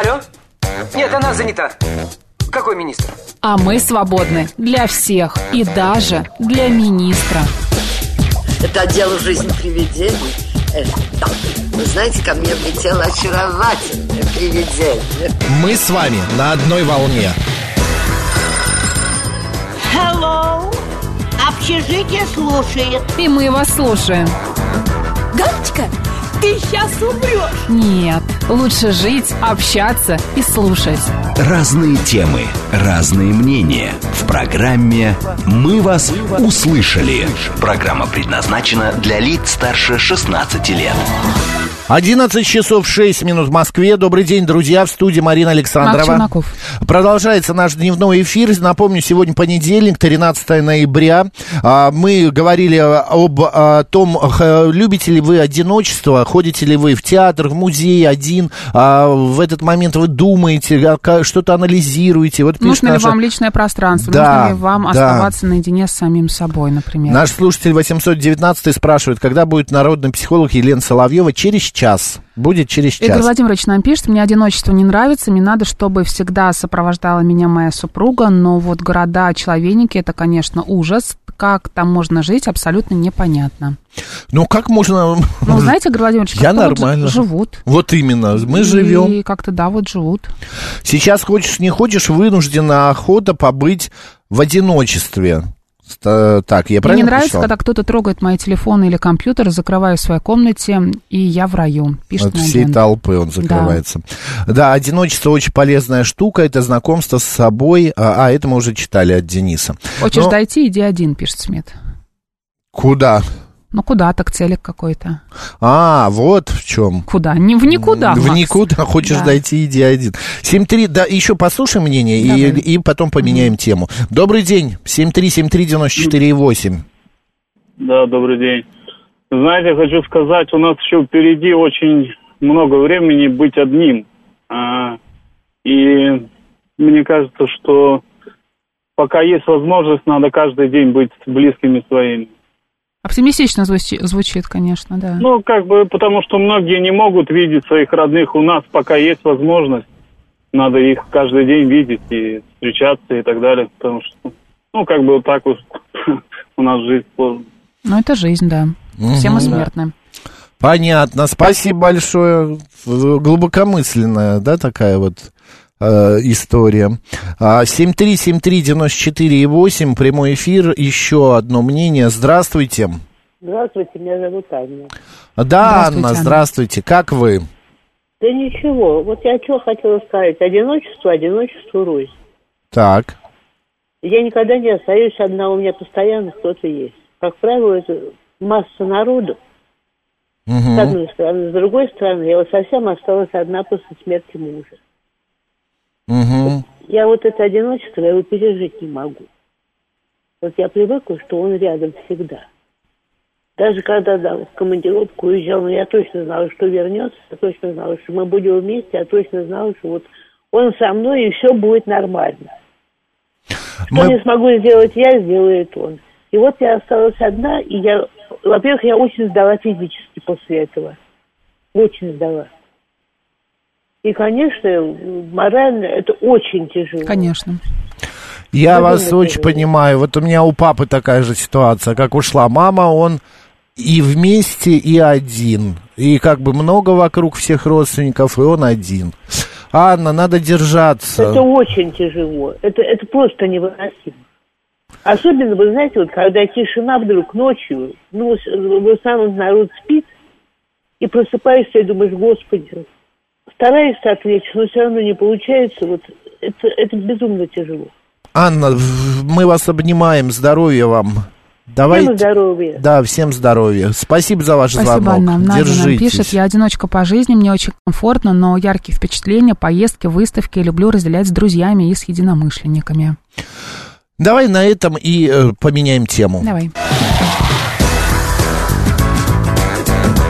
Алло? Нет, она занята. Какой министр? А мы свободны для всех и даже для министра. Это отдел «Жизнь привидений». Да. Вы знаете, ко мне влетело очаровательное привидение. Мы с вами на одной волне. Hello. Общежитие слушает. И мы вас слушаем. Галочка, ты сейчас умрешь. Нет, лучше жить, общаться и слушать. Разные темы, разные мнения. В программе «Мы вас услышали». Программа предназначена для лиц старше 16 лет. 11 часов 6 минут в Москве. Добрый день, друзья, в студии Марина Александрова. Продолжается наш дневной эфир. Напомню, сегодня понедельник, 13 ноября. Мы говорили об том, любите ли вы одиночество, ходите ли вы в театр, в музей один. В этот момент вы думаете, что-то анализируете. Вот нужно ли вам личное пространство? Да, нужно ли вам оставаться наедине с самим собой, например? Наш слушатель 819 спрашивает, когда будет народный психолог Елена Соловьева? Через час. Будет через час. Игорь Владимирович нам пишет: мне одиночество не нравится, мне надо, чтобы всегда сопровождала меня моя супруга, но вот города-человейники — это, конечно, ужас. Как там можно жить, абсолютно непонятно. Ну, как можно... Ну, знаете, Игорь Владимирович, как-то нормально. Вот живут. Вот именно, мы живем. И как-то, да, вот живут. Сейчас, хочешь не хочешь, вынуждена охота побыть в одиночестве. Так, я правильно Мне не нравится, прочитал? когда кто-то трогает мои телефоны или компьютер, закрываю в своей комнате, и я в раю, пишет От всей толпы он закрывается. Да, одиночество очень полезная штука, это знакомство с собой. Это мы уже читали от Дениса. Хочешь дойти, иди один, пишет Смит. Куда? Ну, куда-то, к цели какой-то. Вот в чем. Куда? Не в никуда, В Макс. никуда, хочешь дойти, иди один. 7-3, да, еще послушай мнение и потом поменяем тему. Добрый день, 7373948. Да, добрый день. Знаете, хочу сказать, у нас еще впереди очень много времени быть одним. И мне кажется, что пока есть возможность, надо каждый день быть с близкими своими. Оптимистично звучит, конечно, да. Ну, потому что многие не могут видеть своих родных. У нас пока есть возможность, надо их каждый день видеть и встречаться и так далее. Потому что, вот так вот у нас жизнь сложна. Ну, это жизнь, да. Все мы смертны. Понятно, спасибо большое. Глубокомысленная, да, такая вот история. 7373948, прямой эфир, еще одно мнение. Здравствуйте. Здравствуйте, меня зовут Анна. Да, Анна, здравствуйте. Как вы? Да ничего, вот я что хотела сказать. Одиночество рознь. Так. Я никогда не остаюсь одна, у меня постоянно кто-то есть. Как правило, это масса народу. С одной стороны. С другой стороны, я вот совсем осталась одна после смерти мужа. Я вот это одиночество, я его пережить не могу. Вот я привыкла, что он рядом всегда. Даже когда в командировку уезжал, я точно знала, что вернется, я точно знала, что мы будем вместе, я точно знала, что вот он со мной, и все будет нормально. Что не смогу сделать я, сделает он. И вот я осталась одна, и во-первых, я очень сдала физически после этого. Очень сдала. И, конечно, морально это очень тяжело. Конечно. Я вас очень понимаю. Вот у меня у папы такая же ситуация. Как ушла мама, он и вместе, и один. И много вокруг всех родственников, и он один. Анна, надо держаться. Это очень тяжело. Это просто невыносимо. Особенно, вы знаете, вот когда тишина вдруг ночью, в основном народ спит, и просыпаешься и думаешь, Господи, стараешься отвлечь, но все равно не получается. Вот это безумно тяжело. Анна, мы вас обнимаем, здоровья вам. Давайте... Всем здоровья. Да, всем здоровья. Спасибо за ваш звонок. Анна. Надя нам Держитесь. пишет: я одиночка по жизни, мне очень комфортно, но яркие впечатления, поездки, выставки люблю разделять с друзьями и с единомышленниками. Давай на этом и поменяем тему. Давай.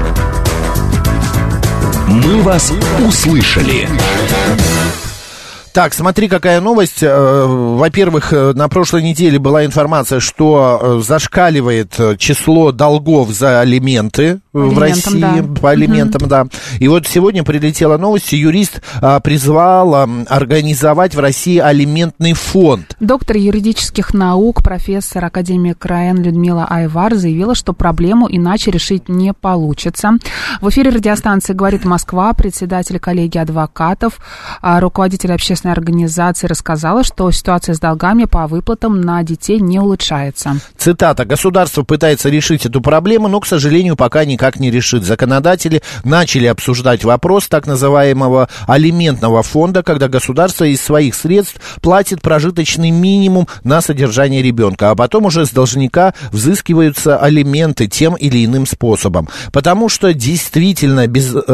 Мы вас услышали. Так, смотри, какая новость. Во-первых, на прошлой неделе была информация, что зашкаливает число долгов за алименты в России. Да. По алиментам, да. И вот сегодня прилетела новость, юрист призвал организовать в России алиментный фонд. Доктор юридических наук, профессор, академик РАН Людмила Айвар заявила, что проблему иначе решить не получится. В эфире радиостанции «Говорит Москва» председатель коллегии адвокатов, руководитель общественной организации рассказала, что ситуация с долгами по выплатам на детей не улучшается. Цитата. «Государство пытается решить эту проблему, но, к сожалению, пока никак не решит. Законодатели начали обсуждать вопрос так называемого алиментного фонда, когда государство из своих средств платит прожиточный минимум на содержание ребенка, а потом уже с должника взыскиваются алименты тем или иным способом. Потому что действительно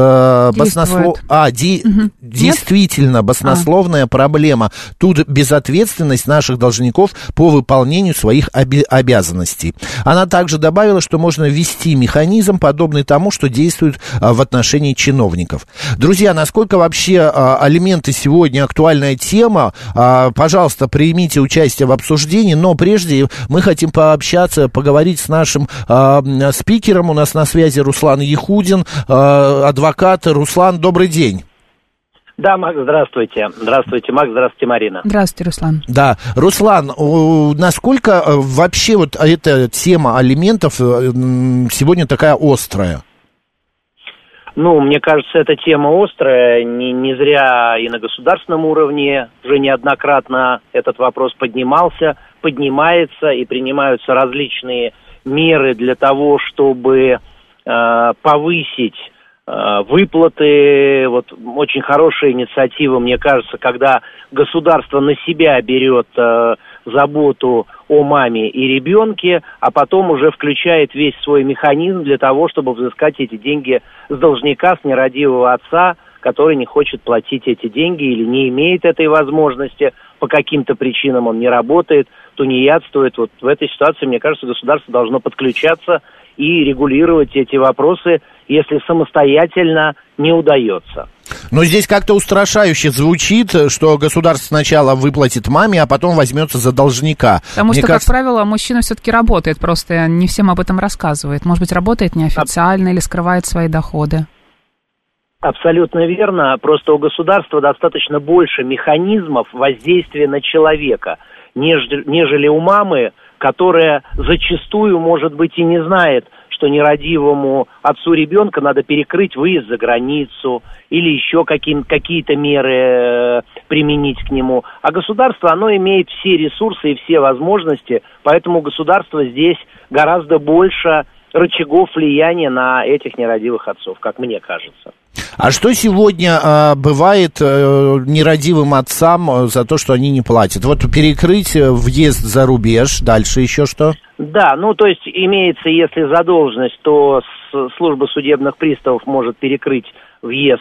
баснословная проблема. Тут безответственность наших должников по выполнению своих обязанностей». Она также добавила, что можно ввести механизм, подобный тому, что действует в отношении чиновников. Друзья, насколько вообще алименты сегодня актуальная тема? Пожалуйста, примите участие в обсуждении, но прежде мы хотим пообщаться, поговорить с нашим спикером. У нас на связи Руслан Яхудин, адвокат. Руслан, добрый день. Да, Макс, здравствуйте. Здравствуйте, Макс, здравствуйте, Марина. Здравствуйте, Руслан. Да, Руслан, насколько вообще вот эта тема алиментов сегодня такая острая? Ну, мне кажется, эта тема острая. Не зря и на государственном уровне уже неоднократно этот вопрос поднимается, и принимаются различные меры для того, чтобы повысить выплаты. Вот очень хорошая инициатива, мне кажется, когда государство на себя берет заботу о маме и ребенке, а потом уже включает весь свой механизм для того, чтобы взыскать эти деньги с должника, с нерадивого отца, который не хочет платить эти деньги или не имеет этой возможности, по каким-то причинам он не работает, тунеядствует. Вот в этой ситуации, мне кажется, государство должно подключаться и регулировать эти вопросы, если самостоятельно не удается. Но здесь как-то устрашающе звучит, что государство сначала выплатит маме, а потом возьмется за должника. Потому что, как правило, мужчина все-таки работает, просто не всем об этом рассказывает. Может быть, работает неофициально или скрывает свои доходы. Абсолютно верно. Просто у государства достаточно больше механизмов воздействия на человека, нежели у мамы, которая зачастую, может быть, и не знает, что нерадивому отцу ребенка надо перекрыть выезд за границу или еще какие-то меры применить к нему. А государство, оно имеет все ресурсы и все возможности, поэтому у государства здесь гораздо больше рычагов влияния на этих нерадивых отцов, как мне кажется. А что сегодня бывает нерадивым отцам за то, что они не платят? Вот перекрыть въезд за рубеж, дальше еще что? Да, ну то есть имеется, если задолженность, то служба судебных приставов может перекрыть выезд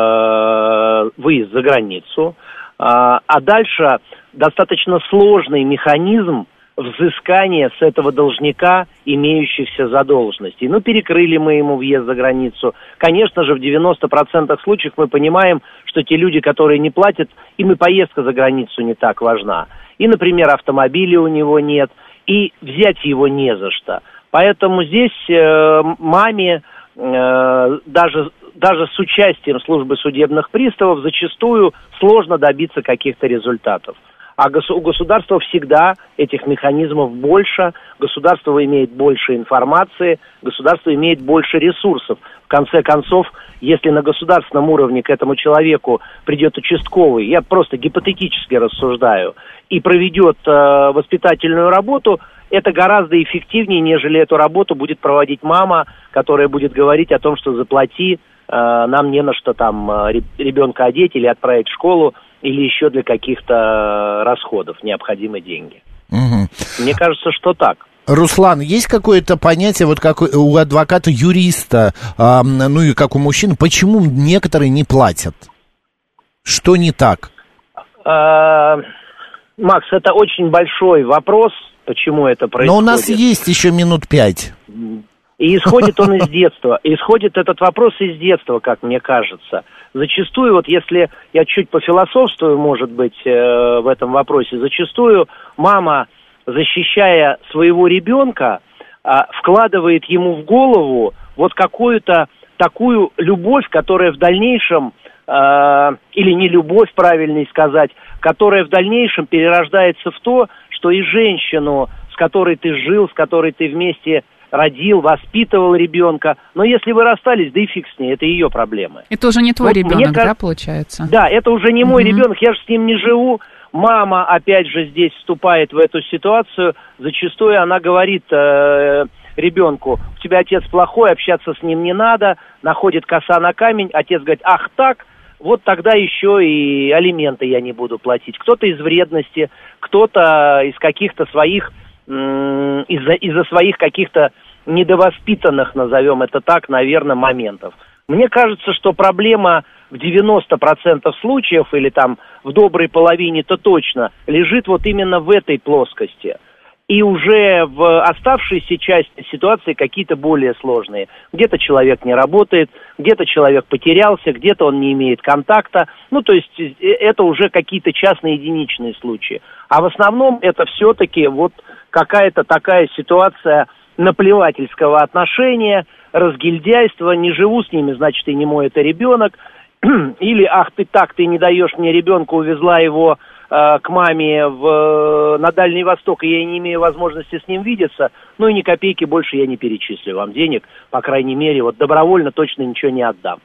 за границу. А дальше достаточно сложный механизм взыскания с этого должника имеющихся задолженностей. Ну, перекрыли мы ему въезд за границу. Конечно же, в 90% случаев мы понимаем, что те люди, которые не платят, им и поездка за границу не так важна. И, например, автомобиля у него нет, и взять его не за что. Поэтому здесь маме даже с участием службы судебных приставов зачастую сложно добиться каких-то результатов. А у государства всегда этих механизмов больше, государство имеет больше информации, государство имеет больше ресурсов. В конце концов, если на государственном уровне к этому человеку придет участковый, я просто гипотетически рассуждаю, и проведет воспитательную работу, это гораздо эффективнее, нежели эту работу будет проводить мама, которая будет говорить о том, что заплати, нам не на что там ребенка одеть или отправить в школу, или еще для каких-то расходов необходимы деньги. Угу. Мне кажется, что так. Руслан, есть какое-то понятие, вот как у адвоката-юриста, ну и как у мужчин, почему некоторые не платят? Что не так? Макс, это очень большой вопрос, почему это происходит. Но у нас есть еще минут 5. И исходит он из детства. Исходит этот вопрос из детства, как мне кажется. Зачастую, вот если я чуть пофилософствую, может быть, в этом вопросе, зачастую мама, защищая своего ребенка, вкладывает ему в голову вот какую-то такую любовь, которая в дальнейшем, или не любовь, правильнее сказать, которая в дальнейшем перерождается в то, что и женщину, с которой ты жил, с которой ты вместе родил, воспитывал ребенка, но если вы расстались, да и фиг с ней, это ее проблемы. Это уже не твой ребенок, да, получается? Да, это уже не мой ребенок, я же с ним не живу. Мама, опять же, здесь вступает в эту ситуацию. Зачастую она говорит ребенку: у тебя отец плохой, общаться с ним не надо, находит коса на камень. Отец говорит: ах так, вот тогда еще и алименты я не буду платить. Кто-то из вредности, кто-то из каких-то своих, из-за своих каких-то недовоспитанных, назовем это так, наверное, моментов. Мне кажется, что проблема в 90% случаев, или там в доброй половине-то точно, лежит вот именно в этой плоскости. И уже в оставшейся части ситуации какие-то более сложные. Где-то человек не работает, где-то человек потерялся, где-то он не имеет контакта. Ну, то есть это уже какие-то частные единичные случаи. А в основном это все-таки вот какая-то такая ситуация наплевательского отношения, разгильдяйства, не живу с ними, значит, и не мой это ребенок. Или, ах ты так, ты не даешь мне ребенка, увезла его к маме на Дальний Восток, и я не имею возможности с ним видеться, ну и ни копейки больше я не перечислю вам денег, по крайней мере, вот добровольно точно ничего не отдам.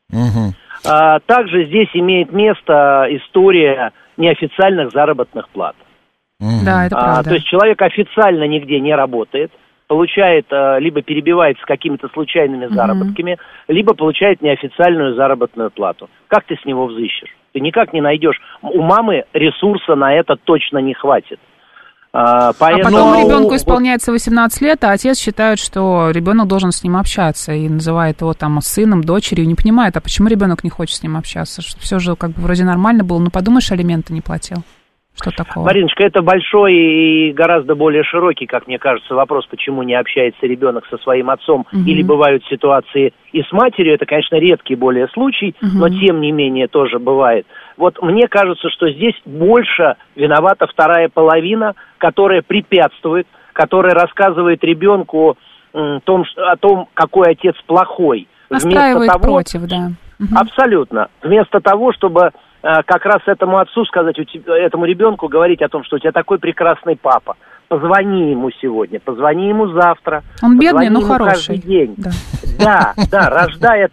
Также здесь имеет место история неофициальных заработных плат. Да, это правда. То есть человек официально нигде не работает, получает, либо перебивает с какими-то случайными заработками, либо получает неофициальную заработную плату. Как ты с него взыщешь? Ты никак не найдешь. У мамы ресурса на это точно не хватит. Поэтому... А потом ребенку исполняется 18 лет, а отец считает, что ребенок должен с ним общаться, и называет его там сыном, дочерью, не понимает, а почему ребенок не хочет с ним общаться? Что все же как бы вроде нормально было, ну подумаешь, алименты не платил. Что такого? Мариночка, это большой и гораздо более широкий, как мне кажется, вопрос, почему не общается ребенок со своим отцом, или бывают ситуации и с матерью, это, конечно, редкий более случай, но тем не менее тоже бывает. Вот мне кажется, что здесь больше виновата вторая половина, которая препятствует, которая рассказывает ребенку о том, какой отец плохой. Настраивает против, да. Абсолютно. Вместо того, чтобы как раз этому отцу сказать, этому ребенку говорить о том, что у тебя такой прекрасный папа. Позвони ему сегодня, позвони ему завтра. Он бедный, но хороший. Каждый день. Да, рождая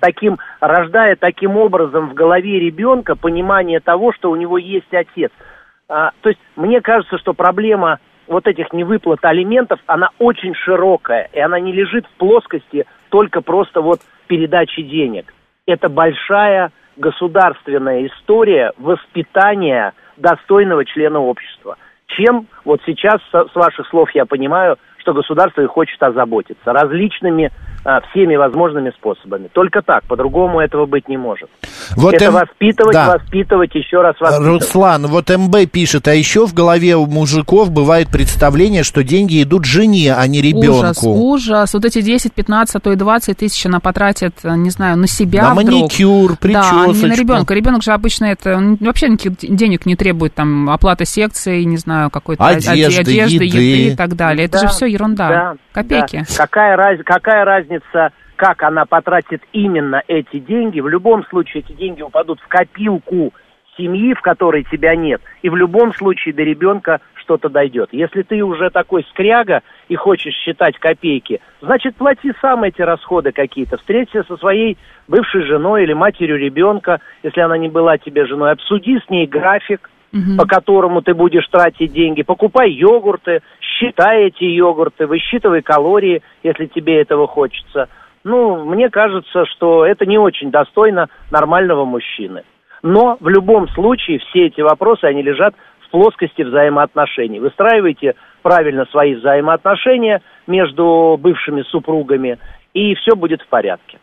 таким образом в голове ребенка понимание того, что у него есть отец. То есть мне кажется, что проблема вот этих невыплат алиментов, она очень широкая, и она не лежит в плоскости только просто вот передачи денег. Это большая государственная история воспитания достойного члена общества. Чем вот сейчас, с ваших слов, я понимаю, что государство и хочет озаботиться различными, всеми возможными способами. Только так, по-другому этого быть не может. Вот это воспитывать, еще раз воспитывать. Руслан, вот МБ пишет, а еще в голове у мужиков бывает представление, что деньги идут жене, а не ребенку. Ужас. Вот эти 10, 15, а то и 20 тысяч она потратит, не знаю, на себя на вдруг. Маникюр, причесочку. Да, не на ребенка. Ребенок же обычно он вообще никаких денег не требует, там, оплата секции, не знаю, какой-то одежды, еды и так далее. Это же все ерунда. Да, копейки. Да. Какая разница, как она потратит именно эти деньги? В любом случае эти деньги упадут в копилку семьи, в которой тебя нет. И в любом случае до ребенка что-то дойдет. Если ты уже такой скряга и хочешь считать копейки, значит, плати сам эти расходы какие-то. Встреться со своей бывшей женой или матерью ребенка, если она не была тебе женой. Обсуди с ней график, по которому ты будешь тратить деньги. Покупай йогурты, считай эти йогурты, высчитывай калории, если тебе этого хочется. Ну, мне кажется, что это не очень достойно нормального мужчины. Но в любом случае все эти вопросы, они лежат в плоскости взаимоотношений. Выстраивайте правильно свои взаимоотношения между бывшими супругами, и все будет в порядке.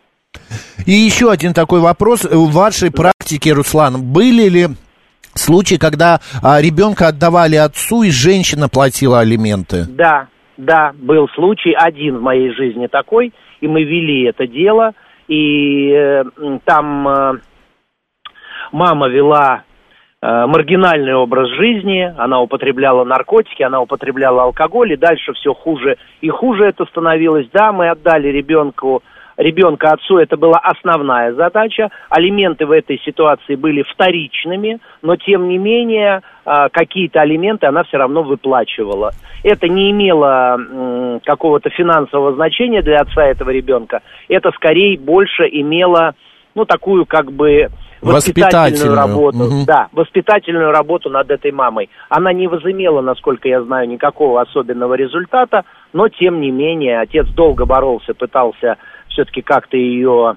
И еще один такой вопрос. В вашей практике, Руслан, были ли случаи, когда ребенка отдавали отцу, и женщина платила алименты? Да, был случай, один в моей жизни такой, и мы вели это дело, и там мама вела маргинальный образ жизни, она употребляла наркотики, она употребляла алкоголь, и дальше все хуже и хуже это становилось. Да, мы отдали ребенка отцу, это была основная задача. Алименты в этой ситуации были вторичными, но тем не менее какие-то алименты она все равно выплачивала. Это не имело какого-то финансового значения для отца этого ребенка. Это скорее больше имело, такую как бы воспитательную работу. Угу. Да, воспитательную работу над этой мамой. Она не возымела, насколько я знаю, никакого особенного результата, но тем не менее отец долго боролся, пытался все-таки как-то ее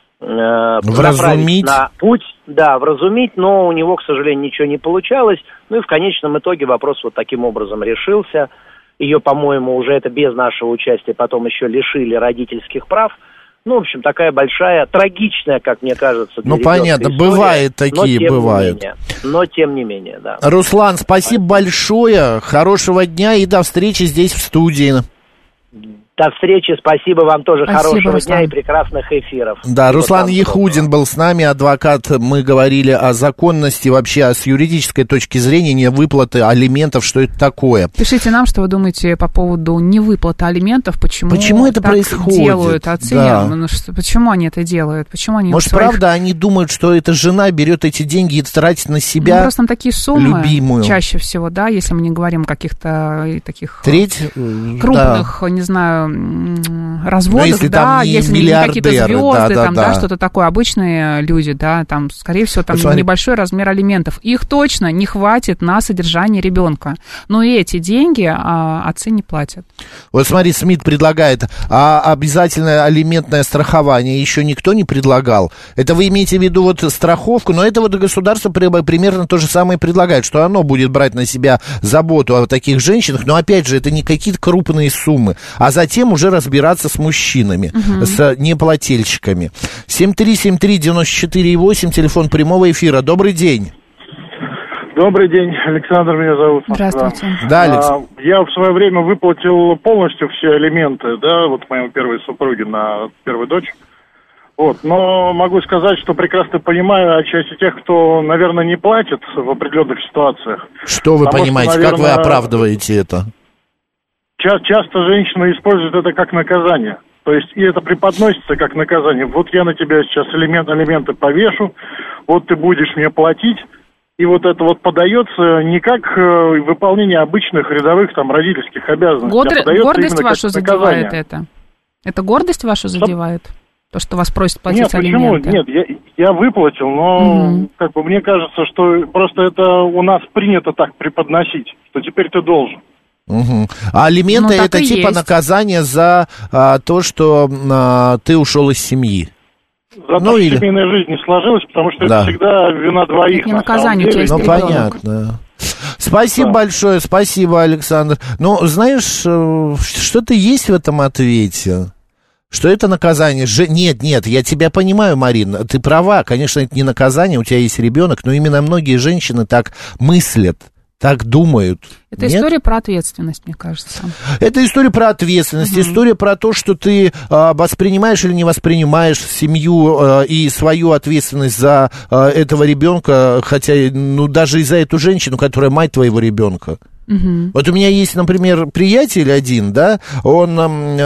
направить на путь, да, вразумить, но у него, к сожалению, ничего не получалось. Ну и в конечном итоге вопрос вот таким образом решился. Ее, по-моему, уже это без нашего участия потом еще лишили родительских прав. В общем, такая большая, трагичная, как мне кажется, для ребенка понятно, история, бывает такие, бывают. Но тем не менее, да. Руслан, спасибо большое, хорошего дня и до встречи здесь в студии. До встречи, спасибо вам тоже, спасибо, хорошего Руслан. дня и прекрасных эфиров. Да, Руслан Ехудин был с нами, адвокат. Мы говорили о законности, вообще с юридической точки зрения невыплаты алиментов, что это такое. Пишите нам, что вы думаете по поводу невыплаты алиментов, почему это так происходит? Делают отцы, да. Почему они это делают? Почему они Может, правда, они думают, что эта жена берет эти деньги и тратит на себя просто там такие суммы, любимую. Чаще всего, да, если мы не говорим о каких-то таких крупных, да. Не знаю, разводах, если да, если не какие-то звезды, да. что-то такое, обычные люди, да, там, скорее всего, там небольшой размер алиментов. Их точно не хватит на содержание ребенка. Но и эти деньги отцы не платят. Вот смотри, Смит предлагает, обязательное алиментное страхование еще никто не предлагал. Это вы имеете в виду вот страховку, но это вот государство примерно то же самое предлагает, что оно будет брать на себя заботу о таких женщинах, но опять же, это не какие-то крупные суммы, а затем уже разбираться с мужчинами, с неплательщиками. 7373948, телефон прямого эфира. Добрый день. Добрый день, Александр меня зовут. Здравствуйте. Да, Алекс. Я в свое время выплатил полностью все алименты, да, вот моей первой супруге на первую дочь. Вот, но могу сказать, что прекрасно понимаю отчасти тех, кто, наверное, не платит в определенных ситуациях. Что вы понимаете, что, наверное, как вы оправдываете это? Часто женщины используют это как наказание. То есть, и это преподносится как наказание. Вот я на тебя сейчас алименты повешу, вот ты будешь мне платить. И вот это вот подается не как выполнение обычных рядовых там родительских обязанностей, гордость вашу задевает это? Это гордость вашу задевает? То, что вас просят платить алименты? Нет, я выплатил, но как бы мне кажется, что просто это у нас принято так преподносить, что теперь ты должен. Угу. А алименты это типа наказание за то, что ты ушел из семьи. За то, что семейная жизнь не сложилась, потому что это всегда вина двоих. Это не наказание, у тебя есть ребенок. Понятно. Спасибо большое, спасибо, Александр. Ну, знаешь, что-то есть в этом ответе. Что это наказание? Нет, я тебя понимаю, Марина, ты права, конечно, это не наказание, у тебя есть ребенок, но именно многие женщины так мыслят. Так думают. Это история про ответственность, мне кажется. Это история про ответственность, история про то, что ты воспринимаешь или не воспринимаешь семью и свою ответственность за этого ребенка, хотя, даже и за эту женщину, которая мать твоего ребенка. Вот у меня есть, например, приятель один, да, он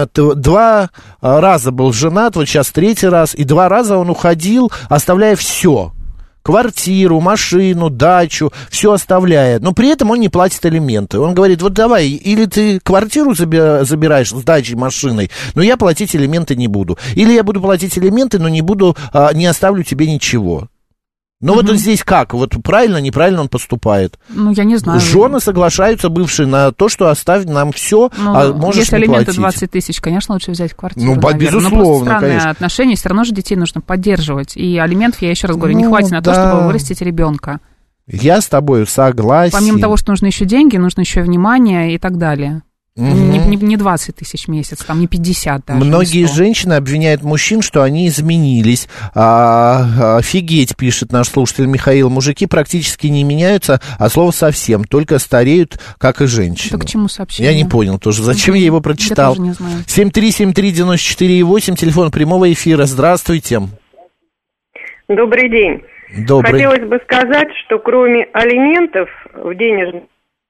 2 раза был женат, вот сейчас 3-й раз, и 2 раза он уходил, оставляя все. Квартиру, машину, дачу, все оставляет, но при этом он не платит алименты. Он говорит, вот давай, или ты квартиру забираешь с дачей, машиной, но я платить алименты не буду. Или я буду платить алименты, но не оставлю тебе ничего. Но вот здесь как? Вот правильно, неправильно он поступает? Я не знаю. Жены соглашаются, бывшие, на то, что оставь нам все, а можешь если не платить. Если алименты 20 тысяч, конечно, лучше взять квартиру, безусловно, странные конечно. отношения, все равно же детей нужно поддерживать. И алиментов, я еще раз говорю, не хватит на то, чтобы вырастить ребенка. Я с тобой согласен. Помимо того, что нужны еще деньги, нужно еще внимание и так далее. Не 20 тысяч в месяц, там не 50 даже. Многие женщины обвиняют мужчин, что они изменились. Офигеть, пишет наш слушатель Михаил. Мужики практически не меняются, а слово совсем, только стареют, как и женщины. Это к чему сообщение? Я не понял тоже, зачем я его прочитал. Я тоже не знаю. 7373948, телефон прямого эфира. Здравствуйте. Добрый день. Добрый. Хотелось бы сказать, что кроме алиментов в денежном,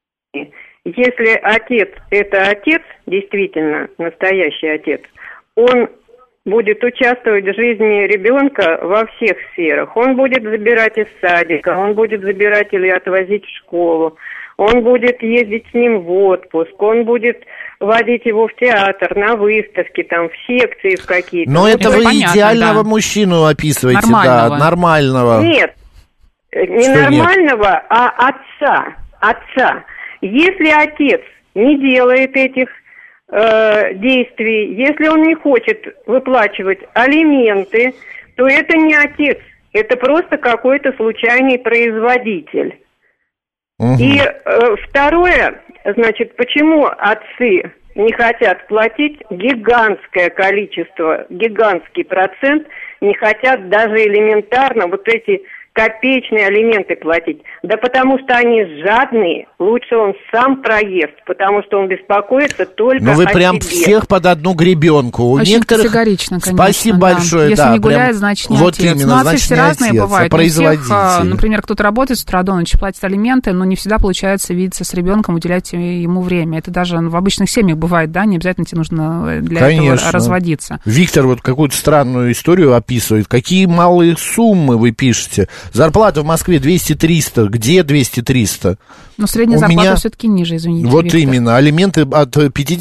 если отец – это отец, действительно настоящий отец, он будет участвовать в жизни ребенка во всех сферах. Он будет забирать из садика, он будет забирать или отвозить в школу, он будет ездить с ним в отпуск, он будет водить его в театр, на выставки, там, в секции в какие-то. Но это вы понятно, идеального мужчину описываете, нормального. Да, нормального. Нет, не что нормального, нет? А отца. Если отец не делает этих действий, если он не хочет выплачивать алименты, то это не отец, это просто какой-то случайный производитель. И второе, значит, почему отцы не хотят платить гигантское количество, гигантский процент, не хотят даже элементарно вот эти копеечные алименты платить. Да потому что они жадные, лучше он сам проест, потому что он беспокоится только о себе. Ну вы прям всех под одну гребенку. У очень некоторых... категорично, конечно. Спасибо большое. Если да, не гуляет, значит не вот отец. Именно, но отцы все разные бывают. Производитель. Всех, например, кто-то работает с утра до ночи, платит алименты, но не всегда получается видеться с ребенком, уделять ему время. Это даже в обычных семьях бывает, да, не обязательно тебе нужно для этого разводиться. Виктор вот какую-то странную историю описывает. Какие малые суммы вы пишете? Зарплата в Москве 200-300. Где 200-300? Но средняя зарплата все-таки ниже, извините. Вот Виктор. Именно. Алименты от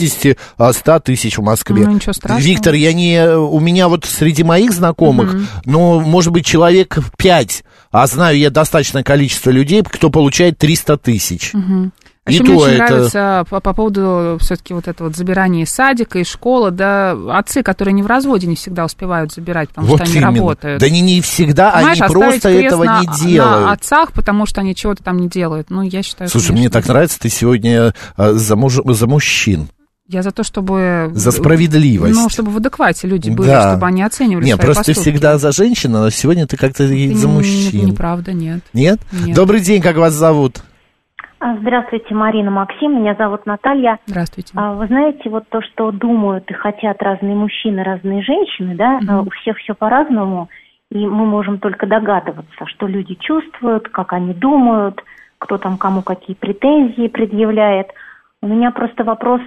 50-100 тысяч в Москве. Ну, ничего страшного. Виктор, у меня вот среди моих знакомых, ну, может быть, человек 5, а знаю я достаточное количество людей, кто получает 300 тысяч. А еще мне очень нравится по поводу все-таки вот этого вот забирания из садика, из школы, да, отцы, которые не в разводе, не всегда успевают забирать, потому вот что они работают. Да не всегда, понимаешь, они просто этого не делают. На отцах, потому что они чего-то там не делают. Ну, я считаю, слушай, мне так нравится, ты сегодня за мужчин. Я за то, чтобы... За справедливость. Ну, чтобы в адеквате люди были, да. Чтобы они оценивали свои просто поступки. Ты всегда за женщин, а сегодня ты как-то за мужчин. Это неправда, нет. Нет? Добрый день, как вас зовут? Здравствуйте, Марина, Максим, меня зовут Наталья. Здравствуйте. Вы знаете, вот то, что думают и хотят разные мужчины, разные женщины, да, у всех все по-разному, и мы можем только догадываться, что люди чувствуют, как они думают, кто там кому какие претензии предъявляет. У меня просто вопрос,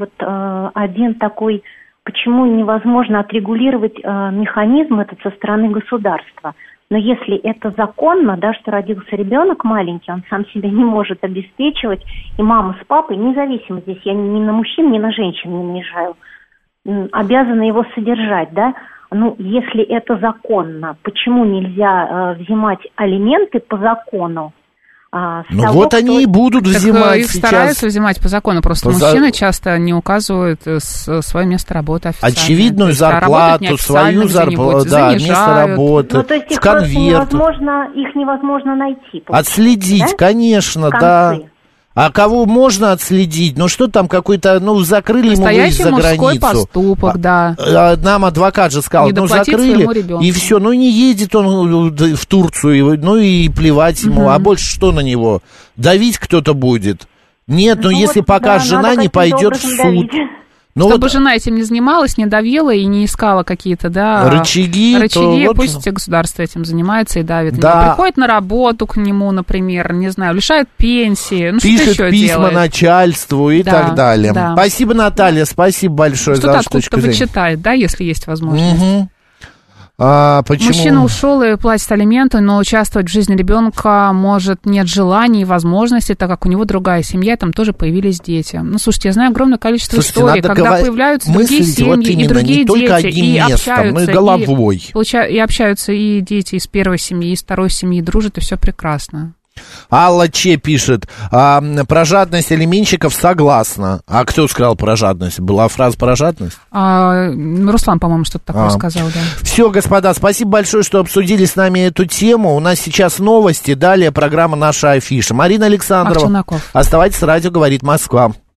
один такой, почему невозможно отрегулировать механизм этот со стороны государства? Но если это законно, да, что родился ребенок маленький, он сам себя не может обеспечивать, и мама с папой, независимо здесь, я ни на мужчин, ни на женщин не наезжаю, обязаны его содержать, да. Ну, если это законно, почему нельзя взимать алименты по закону? Ну вот они и будут взимать их сейчас. Стараются взимать по закону, просто мужчины часто не указывают свое место работы официально. Очевидную зарплату, свою зарплату, да, место работы, ну, то есть в конверт. Их невозможно найти. Отследить, да? Конечно, да. А кого можно отследить? Ну, что там какой-то, закрыли ему выезд за границу. Мужской поступок, да. Нам адвокат же сказал, закрыли, и все. Не едет он в Турцию, и плевать ему. А больше что на него? Давить кто-то будет? Нет, если пока жена не пойдет в суд. Давить. Чтобы жена этим не занималась, не давила и не искала какие-то, рычаги, пусть государство этим занимается и давит. Да. Приходит на работу к нему, например, не знаю, лишает пенсии, пишет письма начальству и так далее. Да. Спасибо, Наталья, спасибо большое за вашу точку зрения. Что-то вычитает, да, если есть возможность. Почему? Мужчина ушел и платит алименты, но участвовать в жизни ребенка может нет желания и возможности, так как у него другая семья, там тоже появились дети. Слушайте, я знаю огромное количество историй, когда появляются другие семьи и другие дети, и общаются, головой. И общаются и дети из первой семьи, из второй семьи, дружат, и все прекрасно. Алла Че пишет, про жадность алименщиков согласна. А кто сказал про жадность? Была фраза про жадность? Руслан, по-моему, что-то такое сказал, да. Все, господа, спасибо большое, что обсудили с нами эту тему. У нас сейчас новости, далее программа «Наша афиша». Марина Александрова. Оставайтесь с радио «Говорит Москва».